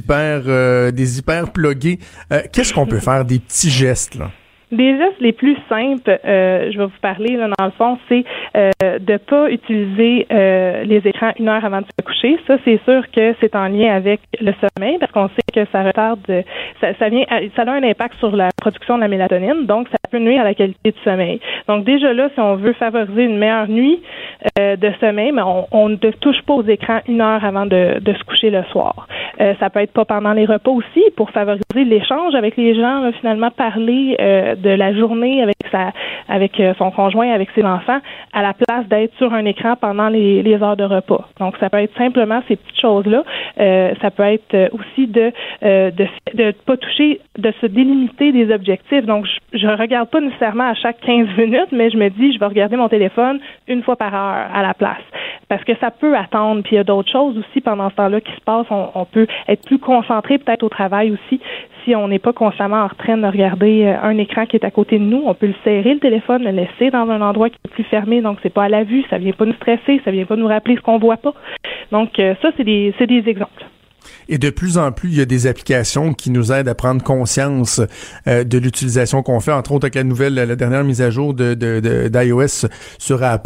hyper plugués. Qu'est-ce qu'on peut faire? Des petits gestes, là? Les gestes les plus simples, je vais vous parler là, dans le fond, c'est de pas utiliser les écrans 1 heure avant de se coucher. Ça, c'est sûr que c'est en lien avec le sommeil, parce qu'on sait que ça retarde, ça a un impact sur la production de la mélatonine, donc ça peut nuire à la qualité du sommeil. Donc déjà là, si on veut favoriser une meilleure nuit de sommeil, mais on ne touche pas aux écrans 1 heure avant de se coucher le soir. Ça peut être pas pendant les repas aussi, pour favoriser l'échange avec les gens, là, finalement parler de la journée avec son conjoint, avec ses enfants, à la place d'être sur un écran pendant les heures de repas. Donc, ça peut être simplement ces petites choses-là. Ça peut être aussi de pas toucher, de se délimiter des objectifs. Donc, je regarde pas nécessairement à chaque 15 minutes, mais je me dis, je vais regarder mon téléphone une fois par heure à la place. Parce que ça peut attendre. Puis il y a d'autres choses aussi pendant ce temps-là qui se passent. On peut être plus concentré peut-être au travail aussi. Si on n'est pas constamment en train de regarder un écran qui est à côté de nous, on peut le serrer, le téléphone, le laisser dans un endroit qui est plus fermé, donc c'est pas à la vue, ça vient pas nous stresser, ça vient pas nous rappeler ce qu'on voit pas. Donc ça, c'est des exemples. Et de plus en plus, il y a des applications qui nous aident à prendre conscience de l'utilisation qu'on fait, entre autres avec la dernière mise à jour d'iOS sur Apple.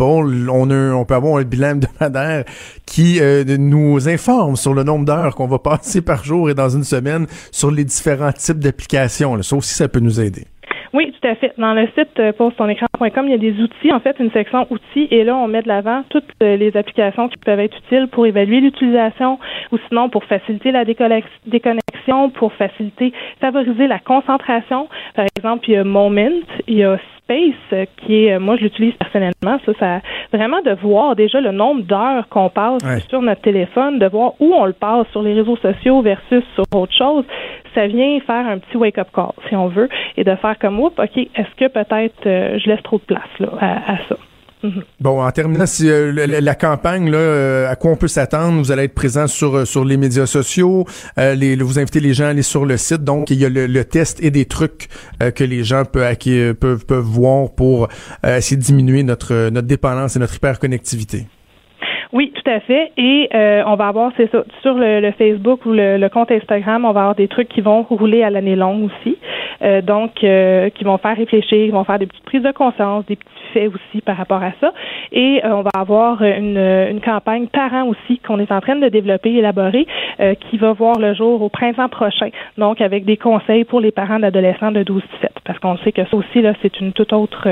On peut avoir un bilan hebdomadaire qui nous informe sur le nombre d'heures qu'on va passer par jour et dans une semaine sur les différents types d'applications. Ça aussi, ça peut nous aider. Oui, tout à fait. Dans le site posetonecran.com, il y a des outils, en fait, une section outils, et là, on met de l'avant toutes les applications qui peuvent être utiles pour évaluer l'utilisation ou sinon pour faciliter la déconnexion, pour favoriser la concentration. Par exemple, il y a Moment, il y a Space, qui est, moi, je l'utilise personnellement. Ça, vraiment de voir déjà le nombre d'heures qu'on passe sur notre téléphone, de voir où on le passe sur les réseaux sociaux versus sur autre chose. Ça vient faire un petit wake-up call, si on veut, et de faire comme, oups, OK, est-ce que peut-être je laisse trop de place là, à ça? Mm-hmm. Bon, en terminant, si, la campagne, là, à quoi on peut s'attendre? Vous allez être présent sur les médias sociaux, vous invitez les gens à aller sur le site. Donc, il y a le test et des trucs que les gens peuvent voir pour essayer de diminuer notre dépendance et notre hyperconnectivité. Oui, tout à fait. Et on va avoir, c'est ça, sur le Facebook ou le compte Instagram, on va avoir des trucs qui vont rouler à l'année longue aussi. Donc, qui vont faire réfléchir, qui vont faire des petites prises de conscience, des petits faits aussi par rapport à ça. Et on va avoir une campagne parents aussi qu'on est en train de développer, élaborer, qui va voir le jour au printemps prochain. Donc, avec des conseils pour les parents d'adolescents de 12-17. Parce qu'on sait que ça aussi, là, c'est un tout autre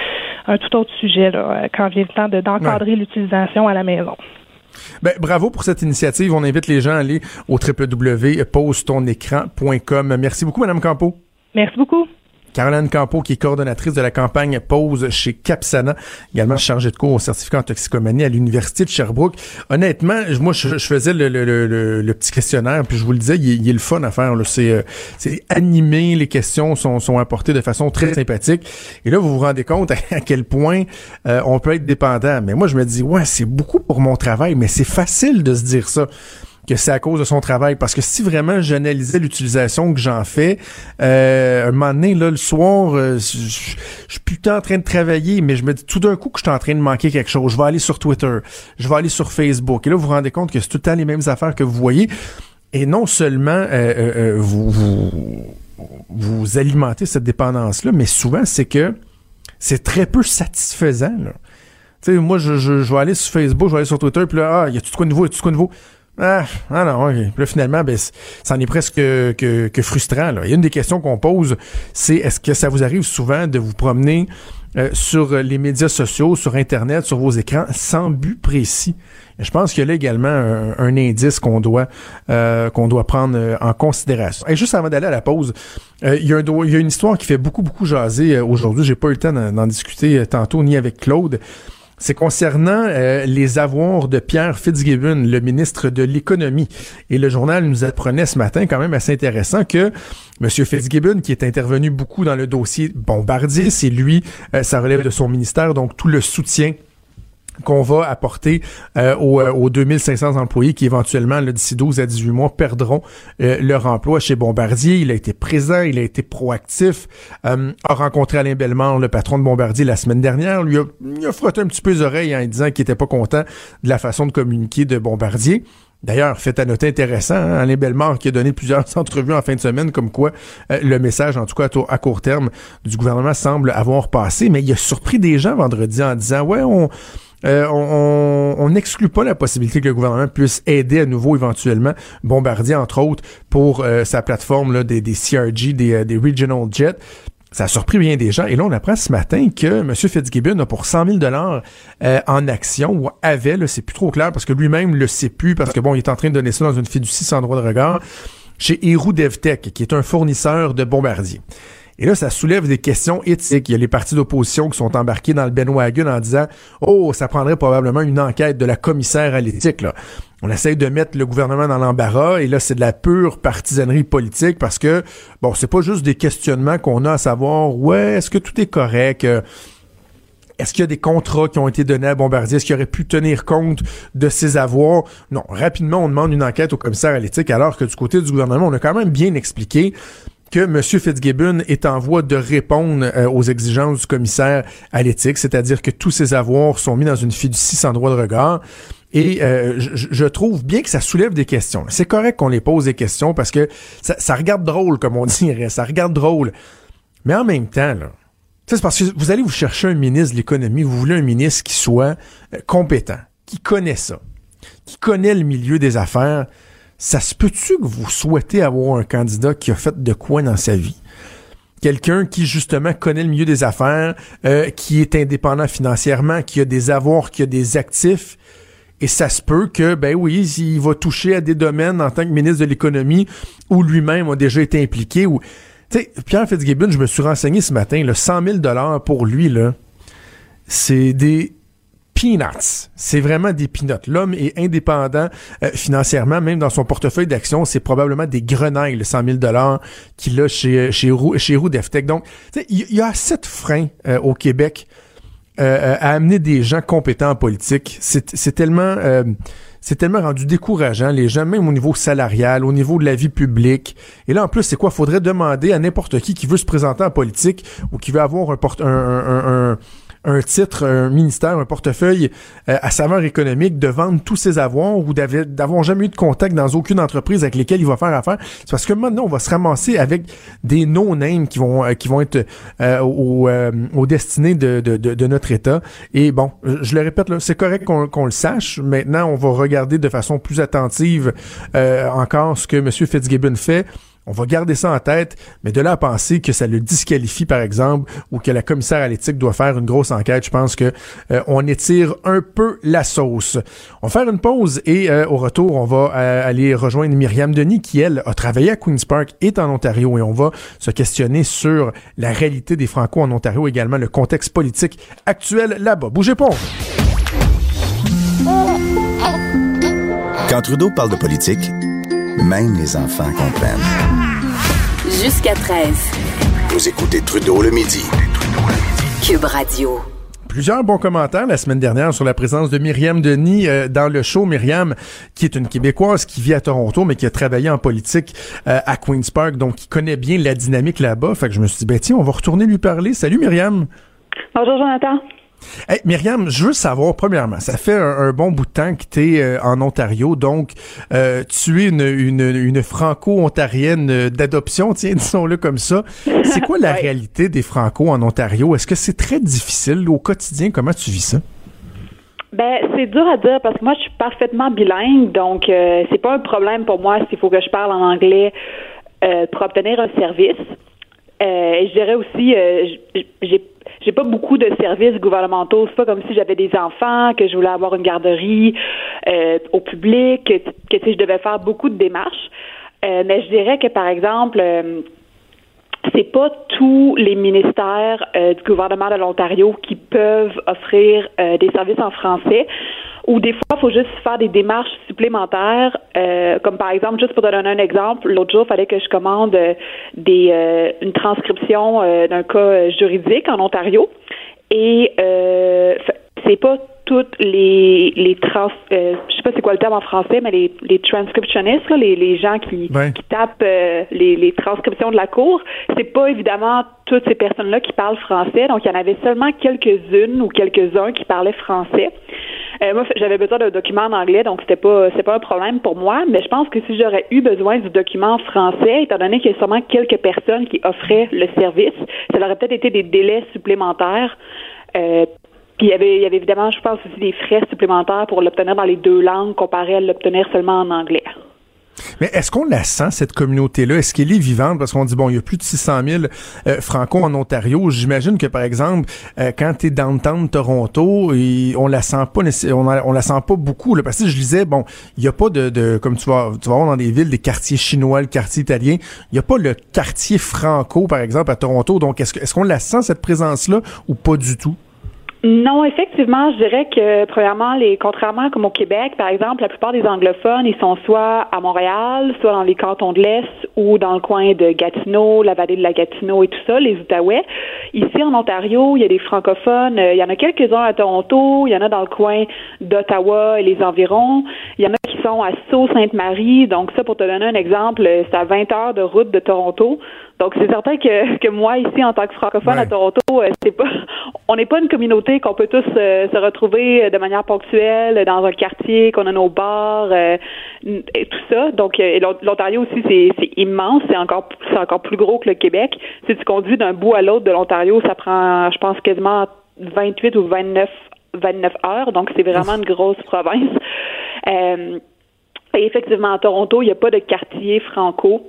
sujet là, quand vient le temps d'encadrer l'utilisation à la maison. Ben, bravo pour cette initiative. On invite les gens à aller au www.posetonecran.com. Merci beaucoup, Mme Campeau. Merci beaucoup. Caroline Campeau, qui est coordonnatrice de la campagne Pause chez Capsana, également chargée de cours au certificat en toxicomanie à l'Université de Sherbrooke. Honnêtement, moi, je faisais le petit questionnaire, puis je vous le disais, il est le fun à faire. Là. C'est animé, les questions sont apportées de façon très sympathique. Et là, vous vous rendez compte à quel point on peut être dépendant. Mais moi, je me dis, ouais, c'est beaucoup pour mon travail, mais c'est facile de se dire ça, que c'est à cause de son travail. Parce que si vraiment j'analysais l'utilisation que j'en fais, un moment donné, là, le soir, je suis plus en train de travailler, mais je me dis tout d'un coup que je suis en train de manquer quelque chose. Je vais aller sur Twitter, je vais aller sur Facebook. Et là, vous vous rendez compte que c'est tout le temps les mêmes affaires que vous voyez. Et non seulement vous alimentez cette dépendance-là, mais souvent, c'est que c'est très peu satisfaisant. Tu sais, moi, je vais aller sur Facebook, je vais aller sur Twitter, puis là, y a-tu de quoi de nouveau? Ah non, okay. Puis là, finalement, c'en est presque que frustrant. Là. Il y a une des questions qu'on pose, c'est est-ce que ça vous arrive souvent de vous promener sur les médias sociaux, sur Internet, sur vos écrans, sans but précis? Et je pense qu'il y a là également un indice qu'on doit prendre en considération. Et juste avant d'aller à la pause, il y a une histoire qui fait beaucoup jaser aujourd'hui. J'ai pas eu le temps d'en discuter tantôt, ni avec Claude. C'est concernant les avoirs de Pierre Fitzgibbon, le ministre de l'Économie. Et le journal nous apprenait ce matin, quand même assez intéressant, que M. Fitzgibbon, qui est intervenu beaucoup dans le dossier Bombardier, c'est lui, ça relève de son ministère, donc tout le soutien qu'on va apporter aux 2500 employés qui éventuellement, là, d'ici 12 à 18 mois, perdront leur emploi chez Bombardier. Il a été présent, il a été proactif, a rencontré Alain Bellemare, le patron de Bombardier, la semaine dernière, lui a frotté un petit peu les oreilles en disant qu'il était pas content de la façon de communiquer de Bombardier. D'ailleurs, fait à noter intéressant, Alain Bellemare qui a donné plusieurs entrevues en fin de semaine, comme quoi le message, en tout cas à court terme, du gouvernement semble avoir passé, mais il a surpris des gens vendredi en disant « Ouais, on n'exclut pas la possibilité que le gouvernement puisse aider à nouveau éventuellement Bombardier, entre autres, pour sa plateforme là, des CRJ, des Regional Jets. » Ça a surpris bien des gens. Et là, on apprend ce matin que M. Fitzgibbon a pour 100 000 $ en actions, ou avait, là, c'est plus trop clair, parce que lui-même le sait plus, parce que bon, il est en train de donner ça dans une fiducie sans droit de regard, chez Héroux DevTech, qui est un fournisseur de Bombardier. Et là, ça soulève des questions éthiques. Il y a les partis d'opposition qui sont embarqués dans le bandwagon en disant « Oh, ça prendrait probablement une enquête de la commissaire à l'éthique. » là. On essaye de mettre le gouvernement dans l'embarras et là, c'est de la pure partisanerie politique parce que, bon, c'est pas juste des questionnements qu'on a à savoir « Ouais, est-ce que tout est correct? Est-ce qu'il y a des contrats qui ont été donnés à Bombardier? Est-ce qu'il aurait pu tenir compte de ses avoirs? » Non, rapidement, on demande une enquête au commissaire à l'éthique alors que du côté du gouvernement, on a quand même bien expliqué que M. Fitzgibbon est en voie de répondre aux exigences du commissaire à l'éthique, c'est-à-dire que tous ses avoirs sont mis dans une fiducie sans droit de regard. Et je trouve bien que ça soulève des questions. C'est correct qu'on les pose des questions parce que ça regarde drôle, comme on dirait. Ça regarde drôle. Mais en même temps, là, c'est parce que vous allez vous chercher un ministre de l'économie, vous voulez un ministre qui soit compétent, qui connaît ça, qui connaît le milieu des affaires. Ça se peut-tu que vous souhaitez avoir un candidat qui a fait de quoi dans sa vie? Quelqu'un qui, justement, connaît le milieu des affaires, qui est indépendant financièrement, qui a des avoirs, qui a des actifs. Et ça se peut que, ben oui, il va toucher à des domaines en tant que ministre de l'économie où lui-même a déjà été impliqué. Ou, tu sais, Pierre Fitzgibbon, je me suis renseigné ce matin, là, 100 000 $ pour lui, là, c'est des peanuts. C'est vraiment des peanuts. L'homme est indépendant financièrement, même dans son portefeuille d'actions, c'est probablement des grenailles, le 100 000 $ qu'il a chez Héroux DevTech. Donc, il y a assez de freins au Québec à amener des gens compétents en politique. C'est tellement rendu décourageant, les gens, même au niveau salarial, au niveau de la vie publique. Et là, en plus, c'est quoi? Faudrait demander à n'importe qui veut se présenter en politique ou qui veut avoir un titre, un ministère, un portefeuille à saveur économique, de vendre tous ses avoirs ou d'avoir jamais eu de contact dans aucune entreprise avec lesquelles il va faire affaire. C'est parce que maintenant, on va se ramasser avec des no-names qui vont être aux destinées de notre État. Et bon, je le répète, là, c'est correct qu'on le sache. Maintenant, on va regarder de façon plus attentive encore ce que M. Fitzgibbon fait. On va garder ça en tête, mais de là à penser que ça le disqualifie, par exemple, ou que la commissaire à l'éthique doit faire une grosse enquête, je pense que on étire un peu la sauce. On va faire une pause et au retour, on va aller rejoindre Myriam Denis qui, elle, a travaillé à Queen's Park, est en Ontario, et on va se questionner sur la réalité des Franco en Ontario, également le contexte politique actuel là-bas. Bougez pas! Quand Trudeau parle de politique, même les enfants comprennent. Jusqu'à 13. Vous écoutez Trudeau le midi. Cube Radio. Plusieurs bons commentaires la semaine dernière sur la présence de Myriam Denis dans le show. Myriam, qui est une Québécoise qui vit à Toronto, mais qui a travaillé en politique à Queen's Park, donc qui connaît bien la dynamique là-bas. Fait que je me suis dit, ben tiens, on va retourner lui parler. Salut Myriam. Bonjour Jonathan. Hey, Myriam, je veux savoir, premièrement, ça fait un bon bout de temps que tu es en Ontario, donc tu es une franco-ontarienne d'adoption, tiens, disons-le comme ça. C'est quoi la réalité des Franco en Ontario? Est-ce que c'est très difficile au quotidien? Comment tu vis ça? Ben, c'est dur à dire parce que moi, je suis parfaitement bilingue, donc c'est pas un problème pour moi s'il faut que je parle en anglais pour obtenir un service. Et je dirais aussi, j'ai pas beaucoup de services gouvernementaux. C'est pas comme si j'avais des enfants, que je voulais avoir une garderie au public, que tu sais, je devais faire beaucoup de démarches. Mais je dirais que, par exemple, c'est pas tous les ministères du gouvernement de l'Ontario qui peuvent offrir des services en français. Ou des fois, il faut juste faire des démarches supplémentaires, comme par exemple, juste pour donner un exemple, l'autre jour, il fallait que je commande une transcription d'un cas juridique en Ontario. Et c'est pas toutes les je sais pas c'est quoi le terme en français, mais les transcriptionnistes, là, les gens qui tapent les transcriptions de la cour, c'est pas évidemment toutes ces personnes-là qui parlent français, donc il y en avait seulement quelques-unes ou quelques-uns qui parlaient français. Moi, j'avais besoin d'un document en anglais, donc c'est pas un problème pour moi, mais je pense que si j'aurais eu besoin du document en français, étant donné qu'il y a seulement quelques personnes qui offraient le service, ça aurait peut-être été des délais supplémentaires. Puis il y avait évidemment, je pense, aussi des frais supplémentaires pour l'obtenir dans les deux langues comparé à l'obtenir seulement en anglais. Mais est-ce qu'on la sent, cette communauté-là? Est-ce qu'elle est vivante? Parce qu'on dit, bon, il y a plus de 600 000 Franco en Ontario. J'imagine que, par exemple, quand t'es downtown Toronto, on la sent pas on la sent pas beaucoup, là. Parce que je disais, bon, il y a pas de comme tu vas voir dans des villes, des quartiers chinois, le quartier italien. Il y a pas le quartier franco, par exemple, à Toronto. Donc, est-ce qu'on la sent, cette présence-là, ou pas du tout? Non, effectivement, je dirais que, premièrement, contrairement comme au Québec, par exemple, la plupart des anglophones, ils sont soit à Montréal, soit dans les cantons de l'Est ou dans le coin de Gatineau, la vallée de la Gatineau et tout ça, les Outaouais. Ici, en Ontario, il y a des francophones. Il y en a quelques-uns à Toronto, il y en a dans le coin d'Ottawa et les environs. Il y en a qui sont à Sault-Sainte-Marie. Donc ça, pour te donner un exemple, c'est à 20 heures de route de Toronto. Donc, c'est certain que moi, ici, en tant que francophone à Toronto, on n'est pas une communauté qu'on peut tous se retrouver de manière ponctuelle dans un quartier, qu'on a nos bars et tout ça. Donc, l'Ontario aussi, c'est immense, c'est encore plus gros que le Québec. Si tu conduis d'un bout à l'autre de l'Ontario, ça prend, je pense, quasiment 28 ou 29 heures. Donc, c'est vraiment une grosse province. Et effectivement, à Toronto, il n'y a pas de quartier franco.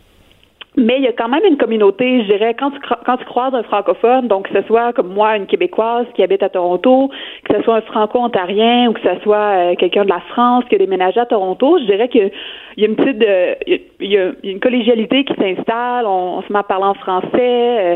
Mais il y a quand même une communauté, je dirais, quand tu croises un francophone, donc que ce soit comme moi, une Québécoise qui habite à Toronto, que ce soit un franco-ontarien ou que ce soit quelqu'un de la France qui a déménagé à Toronto, je dirais qu'il y a une petite il y a une collégialité qui s'installe, on se met à parler en français,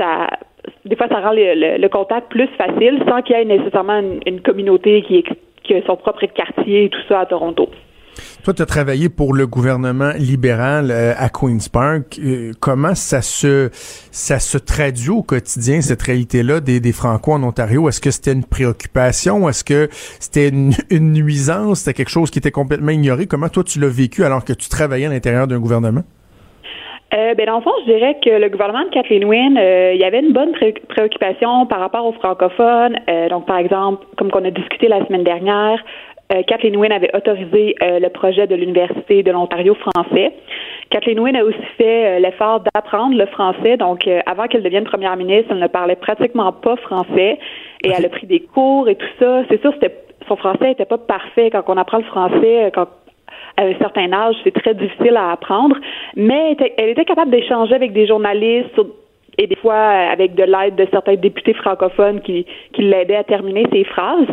des fois ça rend le contact plus facile sans qu'il y ait nécessairement une communauté qui a son propre quartier et tout ça à Toronto. Toi, tu as travaillé pour le gouvernement libéral à Queen's Park. Comment ça se traduit au quotidien, cette réalité-là des Franco en Ontario? Est-ce que c'était une préoccupation? Est-ce que c'était une nuisance? C'était quelque chose qui était complètement ignoré? Comment toi, tu l'as vécu alors que tu travaillais à l'intérieur d'un gouvernement? Dans le fond, je dirais que le gouvernement de Kathleen Wynne, il y avait une bonne préoccupation par rapport aux francophones. Donc, par exemple, comme qu'on a discuté la semaine dernière, Kathleen Wynne avait autorisé le projet de l'Université de l'Ontario français. Kathleen Wynne a aussi fait l'effort d'apprendre le français. Donc, avant qu'elle devienne première ministre, elle ne parlait pratiquement pas français et elle a pris des cours et tout ça. C'est sûr, son français n'était pas parfait. Quand on apprend le français, à un certain âge, c'est très difficile à apprendre. Mais elle était capable d'échanger avec des journalistes et des fois avec de l'aide de certains députés francophones qui l'aidaient à terminer ses phrases.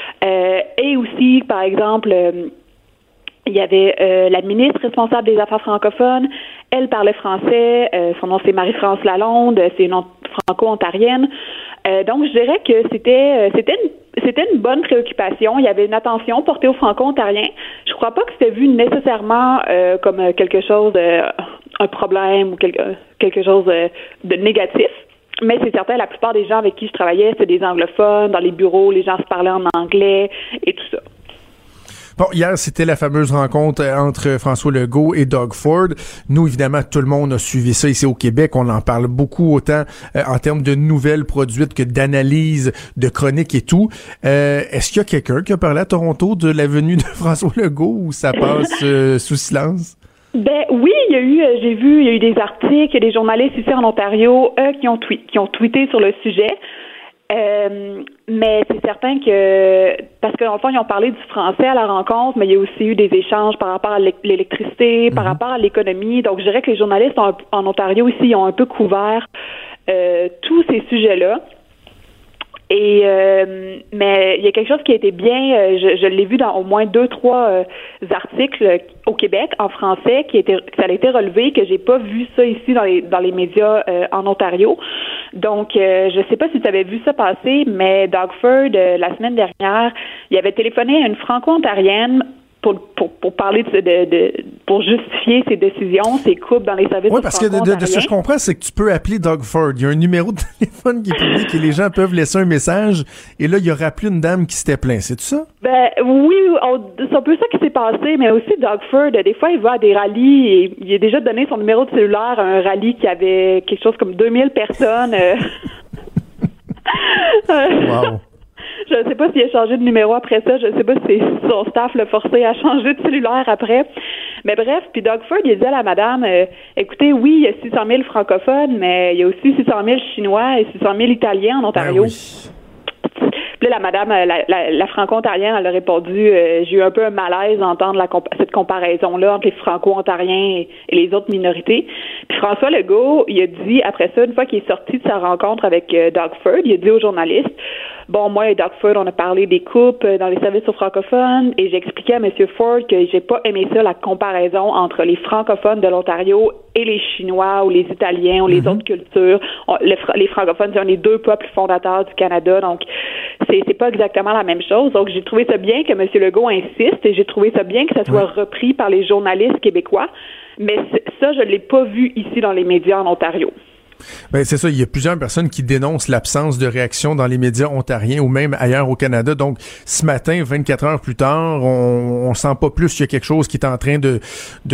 Et aussi, par exemple, il y avait la ministre responsable des Affaires francophones. Elle parlait français. Son nom, c'est Marie-France Lalonde. C'est une franco-ontarienne. Donc, je dirais que c'était une bonne préoccupation. Il y avait une attention portée aux franco-ontariens. Je crois pas que c'était vu nécessairement comme quelque chose, un problème ou quelque chose de négatif. Mais c'est certain, la plupart des gens avec qui je travaillais, c'était des anglophones. Dans les bureaux, les gens se parlaient en anglais et tout ça. Bon, hier, c'était la fameuse rencontre entre François Legault et Doug Ford. Nous, évidemment, tout le monde a suivi ça ici au Québec. On en parle beaucoup, autant en termes de nouvelles produites que d'analyses, de chroniques et tout. Est-ce qu'il y a quelqu'un qui a parlé à Toronto de la venue de François Legault ou ça passe sous silence? Oui, il y a eu des articles, il y a des journalistes ici en Ontario qui ont tweeté sur le sujet. Mais c'est certain que, parce qu'en fond, ils ont parlé du français à la rencontre, mais il y a aussi eu des échanges par rapport à l'électricité, par rapport à l'économie. Donc, je dirais que les journalistes en Ontario ici, ils ont un peu couvert tous ces sujets-là. Et mais il y a quelque chose qui a été bien, je l'ai vu dans au moins 2-3 articles au Québec en français ça a été relevé, que j'ai pas vu ça ici dans les médias en Ontario. Donc je sais pas si tu avais vu ça passer, mais Doug Ford la semaine dernière, il avait téléphoné à une franco-ontarienne pour parler pour justifier ses décisions, ses coupes dans les services. Oui, parce que de ce que je comprends, c'est que tu peux appeler Doug Ford. Il y a un numéro de téléphone qui est public et les gens peuvent laisser un message. Et là, il a rappelé une dame qui s'était plainte. C'est tout ça? Ben oui, c'est un peu ça qui s'est passé, mais aussi Doug Ford, des fois, il va à des rallyes et il a déjà donné son numéro de cellulaire à un rallye qui avait quelque chose comme 2000 personnes. Wow. Je ne sais pas s'il a changé de numéro après ça. Je ne sais pas si son staff l'a forcé à changer de cellulaire après. Mais bref, puis Doug Ford, il dit à la madame, écoutez, oui, il y a 600 000 francophones, mais il y a aussi 600 000 Chinois et 600 000 Italiens en Ontario. Ben oui. Puis là, la madame, la franco-ontarienne, elle a répondu, j'ai eu un peu un malaise d'entendre cette comparaison-là entre les franco-ontariens et les autres minorités. Puis François Legault, il a dit, après ça, une fois qu'il est sorti de sa rencontre avec Doug Ford, il a dit aux journalistes, bon, moi et Doug Ford, on a parlé des coupes dans les services aux francophones et j'ai expliqué à M. Ford que j'ai pas aimé ça, la comparaison entre les francophones de l'Ontario et les Chinois ou les Italiens ou les autres cultures. Les francophones sont les deux peuples fondateurs du Canada, donc c'est pas exactement la même chose. Donc, j'ai trouvé ça bien que M. Legault insiste et j'ai trouvé ça bien que ça soit repris par les journalistes québécois, mais ça, je l'ai pas vu ici dans les médias en Ontario. Ben, c'est ça, il y a plusieurs personnes qui dénoncent l'absence de réaction dans les médias ontariens ou même ailleurs au Canada. Donc, ce matin, 24 heures plus tard, on sent pas plus qu'il y a quelque chose qui est en train de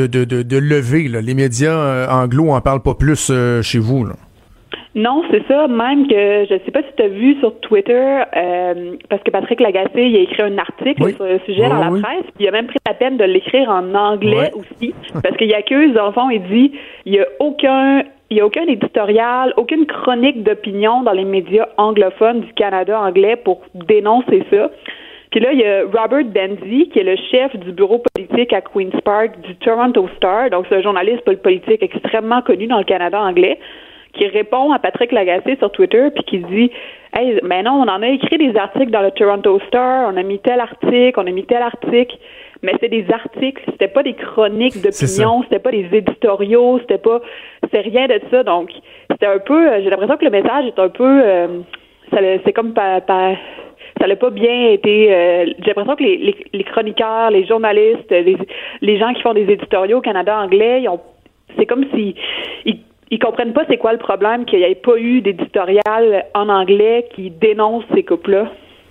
lever, là. Les médias anglo en parlent pas plus chez vous, là. Non, c'est ça. Même que, je sais pas si tu as vu sur Twitter, parce que Patrick Lagacé, il a écrit un article sur le sujet dans la presse, puis il a même pris la peine de l'écrire en anglais aussi, parce qu'il accuse, dans le fond, il dit, il y a aucun éditorial, aucune chronique d'opinion dans les médias anglophones du Canada anglais pour dénoncer ça. Puis là, il y a Robert Benzie, qui est le chef du bureau politique à Queen's Park du Toronto Star, donc c'est un journaliste politique extrêmement connu dans le Canada anglais, qui répond à Patrick Lagacé sur Twitter, puis qui dit « Hey, mais non, on en a écrit des articles dans le Toronto Star, on a mis tel article, mais c'est des articles, c'était pas des chroniques d'opinion, c'était pas des éditoriaux, c'est rien de ça. Donc, c'était un peu, j'ai l'impression que le message est un peu, c'est comme ça n'a pas bien été. J'ai l'impression que les chroniqueurs, les journalistes, les gens qui font des éditoriaux au Canada anglais, c'est comme si ils comprennent pas c'est quoi le problème qu'il n'y ait pas eu d'éditorial en anglais qui dénonce ces coupes-là.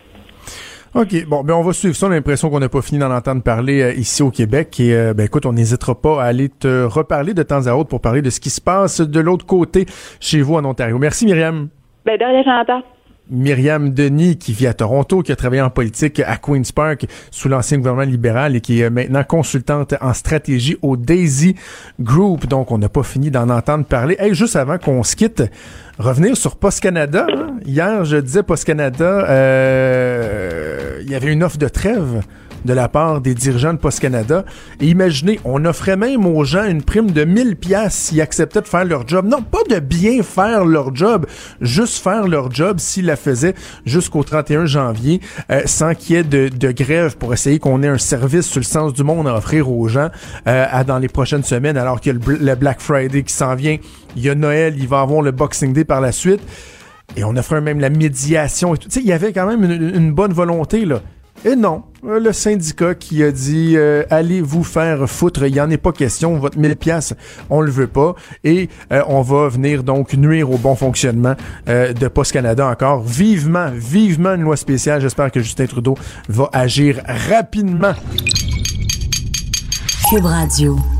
OK. Bon, ben on va suivre ça. On a l'impression qu'on n'a pas fini d'en entendre parler ici au Québec. Et ben écoute, on n'hésitera pas à aller te reparler de temps à autre pour parler de ce qui se passe de l'autre côté chez vous en Ontario. Merci Myriam. Ben de rien, Jonathan. Myriam Denis, qui vit à Toronto, qui a travaillé en politique à Queen's Park sous l'ancien gouvernement libéral et qui est maintenant consultante en stratégie au Daisy Group. Donc, on n'a pas fini d'en entendre parler. Hey, juste avant qu'on se quitte, revenir sur Post Canada. Hein? Hier, je disais Post Canada, il y avait une offre de trêve de la part des dirigeants de Post Canada. Et imaginez, on offrait même aux gens une prime de 1000 piastres s'ils acceptaient de faire leur job. Non, pas de bien faire leur job, juste faire leur job s'ils la faisaient jusqu'au 31 janvier, sans qu'il y ait de grève pour essayer qu'on ait un service sur le sens du monde à offrir aux gens dans les prochaines semaines, alors qu'il y a le Black Friday qui s'en vient, il y a Noël, il va y avoir le Boxing Day par la suite, et on offrait même la médiation et tout. Tu sais, il y avait quand même une bonne volonté, là. Et non, le syndicat qui a dit allez vous faire foutre, il n'y en est pas question, votre 1000 piastres, on le veut pas, et on va venir donc nuire au bon fonctionnement de Post Canada encore. Vivement une loi spéciale. J'espère que Justin Trudeau va agir rapidement. Cube Radio.